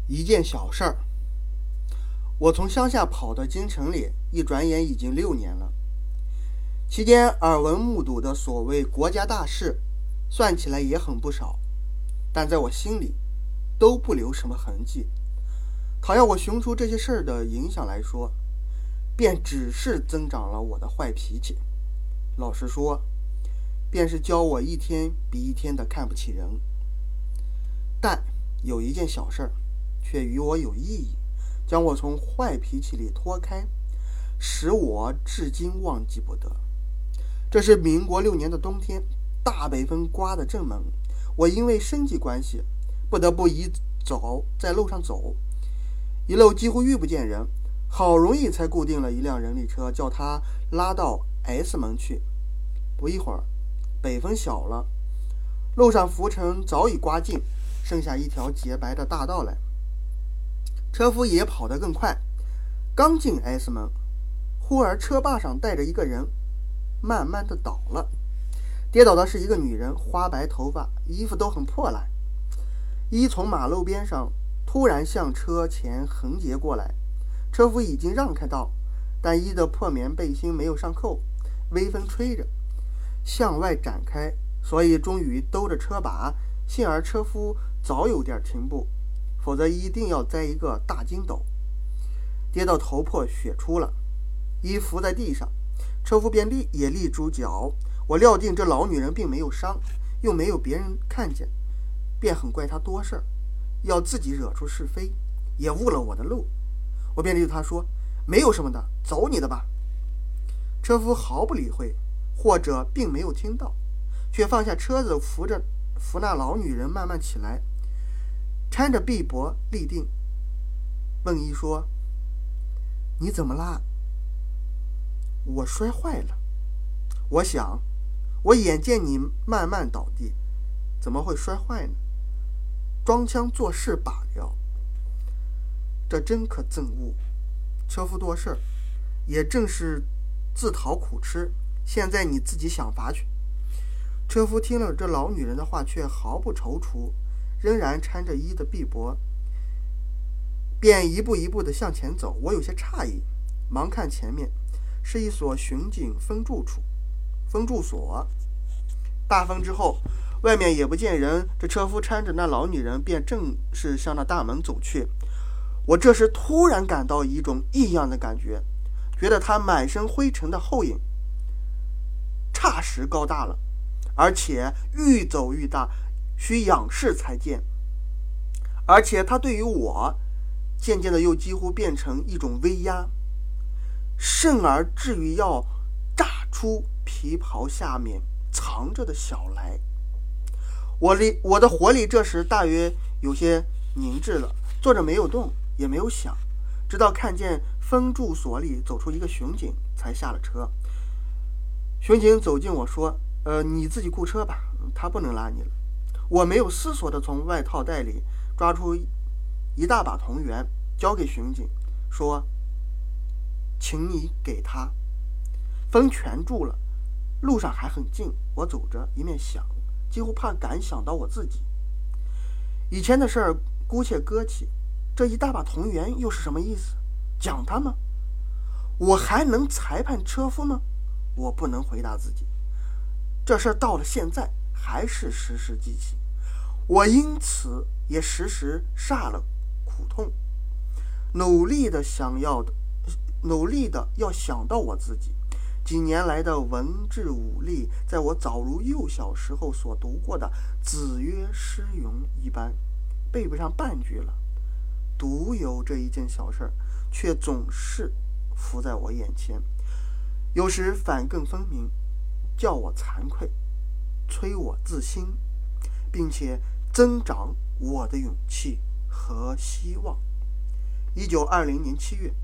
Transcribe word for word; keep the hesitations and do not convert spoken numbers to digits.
一件小事儿，我从乡下跑到京城里，一转眼已经六年了。期间耳闻目睹的所谓国家大事，算起来也很不少，但在我心里都不留什么痕迹。倘要我寻出这些事儿的影响来说，便只是增长了我的坏脾气。老实说，便是教我一天比一天的看不起人。但有一件小事儿，却与我有意义，将我从坏脾气里脱开，使我至今忘记不得。这是民国六年的冬天，大北风刮得正猛，我因为生计关系，不得不一早在路上走，一路几乎遇不见人，好容易才固定了一辆人力车，叫他拉到 S 门去。不一会儿，北风小了，路上浮尘早已刮尽，剩下一条洁白的大道来。车夫也跑得更快，刚进 S 门，忽而车把上带着一个人，慢慢的倒了。跌倒的是一个女人，花白头发，衣服都很破烂。一从马路边上突然向车前横截过来，车夫已经让开道，但一的破棉背心没有上扣，微风吹着向外展开，所以终于兜着车把，幸而车夫早有点停步，否则一定要栽一个大筋斗，跌到头破血出了。一伏在地上，车夫便立也立住脚。我料定这老女人并没有伤，又没有别人看见，便很怪她多事儿，要自己惹出是非，也误了我的路。我便对她说：“没有什么的，走你的吧。”车夫毫不理会，或者并没有听到，却放下车子，扶着扶那老女人慢慢起来，搀着臂膊立定，问一说：“你怎么啦？”我摔坏了。我想，我眼见你慢慢倒地，怎么会摔坏呢？装腔作势罢了。这真可憎恶。车夫多事，也正是自讨苦吃。现在你自己想法去。车夫听了这老女人的话，却毫不踌躇，仍然搀着一的臂膊，便一步一步地向前走。我有些诧异，忙看前面是一所巡警分驻处分驻所。大风之后，外面也不见人，这车夫搀着那老女人便正式向那大门走去。我这时突然感到一种异样的感觉，觉得他满身灰尘的后影霎时高大了，而且愈走愈大，需仰视才见。而且他对于我渐渐的又几乎变成一种威压，甚而至于要炸出皮袍下面藏着的小来。我力我的活力这时大约有些凝滞了，坐着没有动，也没有想，直到看见分驻所里走出一个巡警，才下了车。巡警走近我说：“呃，你自己雇车吧，他不能拉你了。”我没有思索地从外套袋里抓出一大把铜元，交给巡警，说：“请你给他。”风全住了，路上还很近，我走着一面想，几乎怕敢想到我自己。以前的事儿姑且搁起，这一大把铜元又是什么意思？讲他吗？我还能裁判车夫吗？我不能回答自己。这事儿到了现在还是时时记起，我因此也时时煞了苦痛，努力的想要的努力的要想到我自己几年来的文治武力，在我早如幼小时候所读过的子曰诗咏一般，背不上半句了。独有这一件小事，却总是浮在我眼前，有时反更分明，叫我惭愧，催我自新，并且增长我的勇气和希望。一九二零年七月。